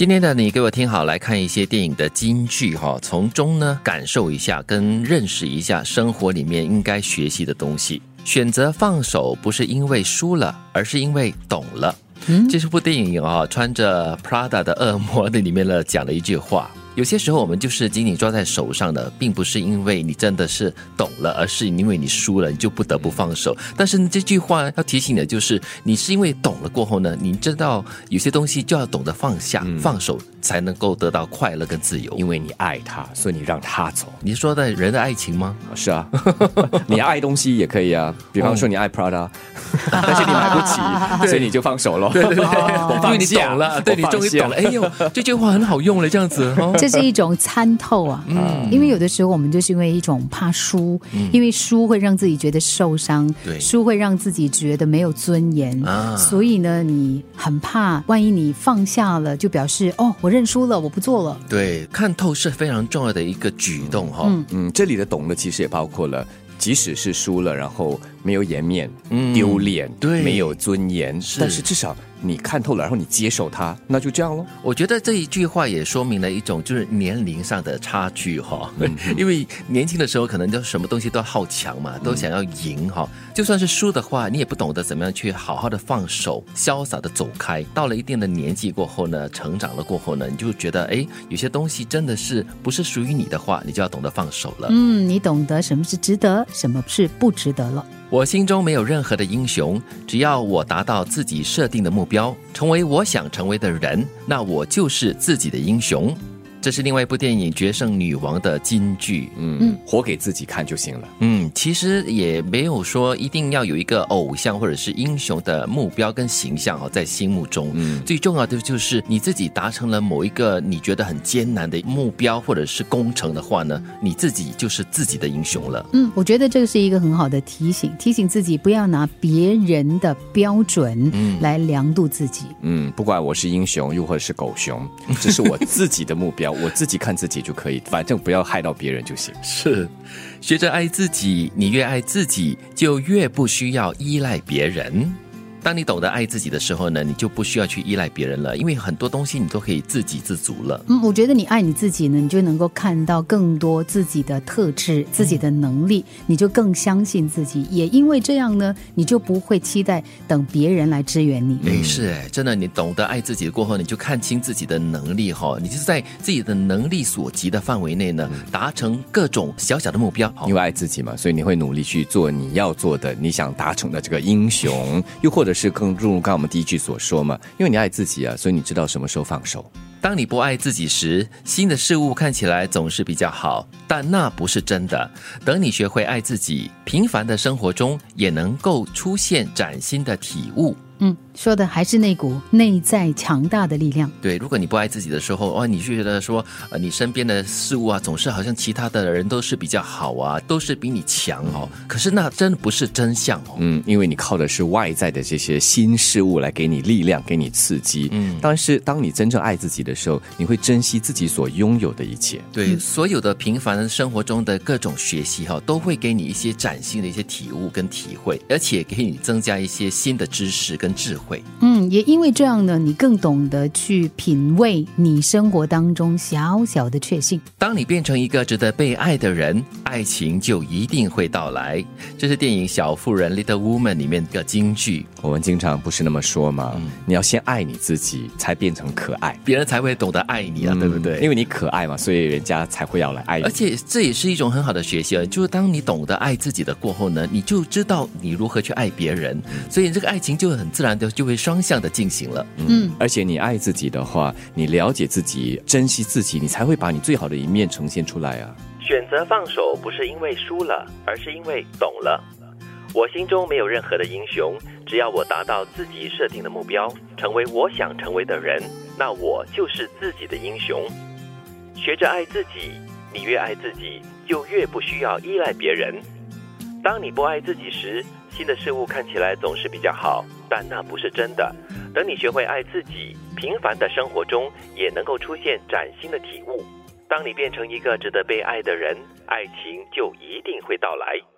今天的你给我听好，来看一些电影的金句哈，从中呢感受一下跟认识一下生活里面应该学习的东西。选择放手不是因为输了，而是因为懂了。这是部电影啊，穿着 Prada 的恶魔的里面呢讲了一句话。有些时候我们就是紧紧抓在手上的，并不是因为你真的是懂了，而是因为你输了，你就不得不放手。但是这句话要提醒的就是，你是因为懂了过后呢，你知道有些东西就要懂得放下、放手，才能够得到快乐跟自由。 因为你爱他，所以你让他走。 你说的人的爱情吗？ 是啊，你爱东西也可以啊，比方说你爱 Prada，但是你买不起，所以你就放手咯。 对对对， 我放下， 因为你懂了，对，你终于懂了。哎呦，这句话很好用了，这样子哦。 这是一种参透啊，因为有的时候我们就是因为一种怕输，因为输会让自己觉得受伤，输会让自己觉得没有尊严，所以呢，你很怕，万一你放下了，就表示我认输了，我不做了。 对，看透是非常重要的一个举动哈。 这里的懂了其实也包括了，即使是输了，然后没有颜面、丢脸， 对， 没有尊严，但是至少你看透了，然后你接受它，那就这样咯。 我觉得这一句话也说明了一种就是年龄上的差距哈，因为年轻的时候可能就什么东西都好强嘛，都想要赢哈。就算是输的话，你也不懂得怎么样去好好的放手，潇洒的走开。到了一定的年纪过后呢，成长了过后呢，你就觉得有些东西真的是不是属于你的话，你就要懂得放手了。 你懂得什么是值得，什么是不值得了。 我心中没有任何的英雄，只要我达到自己设定的目标，成为我想成为的人，那我就是自己的英雄。这是另外一部电影《决胜女王》的金句。 活给自己看就行了。 其实也没有说一定要有一个偶像或者是英雄的目标跟形象在心目中。最重要的就是你自己达成了某一个你觉得很艰难的目标或者是工程的话呢，你自己就是自己的英雄了。 我觉得这个是一个很好的提醒自己不要拿别人的标准来量度自己。 不管我是英雄又或者是狗熊，这是我自己的目标，我自己看自己就可以，反正不要害到别人就行。 是，学着爱自己，你越爱自己，就越不需要依赖别人。当你懂得爱自己的时候呢，你就不需要去依赖别人了，因为很多东西你都可以自给自足了。 我觉得你爱你自己呢，你就能够看到更多自己的特质、自己的能力，你就更相信自己。也因为这样呢，你就不会期待等别人来支援你。 是真的，你懂得爱自己过后，你就看清自己的能力哈，你就是在自己的能力所及的范围内呢，达成各种小小的目标。 因为爱自己嘛，所以你会努力去做你要做的，你想达成的这个英雄，又或者是更如刚刚我们第一句所说嘛，因为你爱自己啊，所以你知道什么时候放手。 当你不爱自己时，新的事物看起来总是比较好，但那不是真的。等你学会爱自己，平凡的生活中也能够出现崭新的体悟。 说的还是那股内在强大的力量。 对，如果你不爱自己的时候，你就觉得说，你身边的事物啊，总是好像其他的人都是比较好啊，都是比你强哦。可是那真的不是真相哦。 因为你靠的是外在的这些新事物来给你力量，给你刺激。但是当你真正爱自己的时候，你会珍惜自己所拥有的一切。 对，所有的平凡生活中的各种学习都会给你一些崭新的一些体悟跟体会，而且给你增加一些新的知识跟智慧。 也因为这样呢，你更懂得去品味你生活当中小小的确幸。 当你变成一个值得被爱的人，爱情就一定会到来。这是电影《小妇人》Little Woman 里面的金句。 我们经常不是那么说嘛，你要先爱你自己，才变成可爱， 别人才会懂得爱你啊，对不对？ 因为你可爱嘛，所以人家才会要来爱你。 而且这也是一种很好的学习，就是当你懂得爱自己的过后呢，你就知道你如何去爱别人，所以这个爱情就很自然的就会双向的进行了。 而且你爱自己的话，你了解自己，珍惜自己，你才会把你最好的一面呈现出来啊。 选择放手不是因为输了，而是因为懂了。我心中没有任何的英雄，只要我达到自己设定的目标，成为我想成为的人，那我就是自己的英雄。学着爱自己，你越爱自己，就越不需要依赖别人。当你不爱自己时，新的事物看起来总是比较好，但那不是真的。等你学会爱自己，平凡的生活中也能够出现崭新的体悟。当你变成一个值得被爱的人，爱情就一定会到来。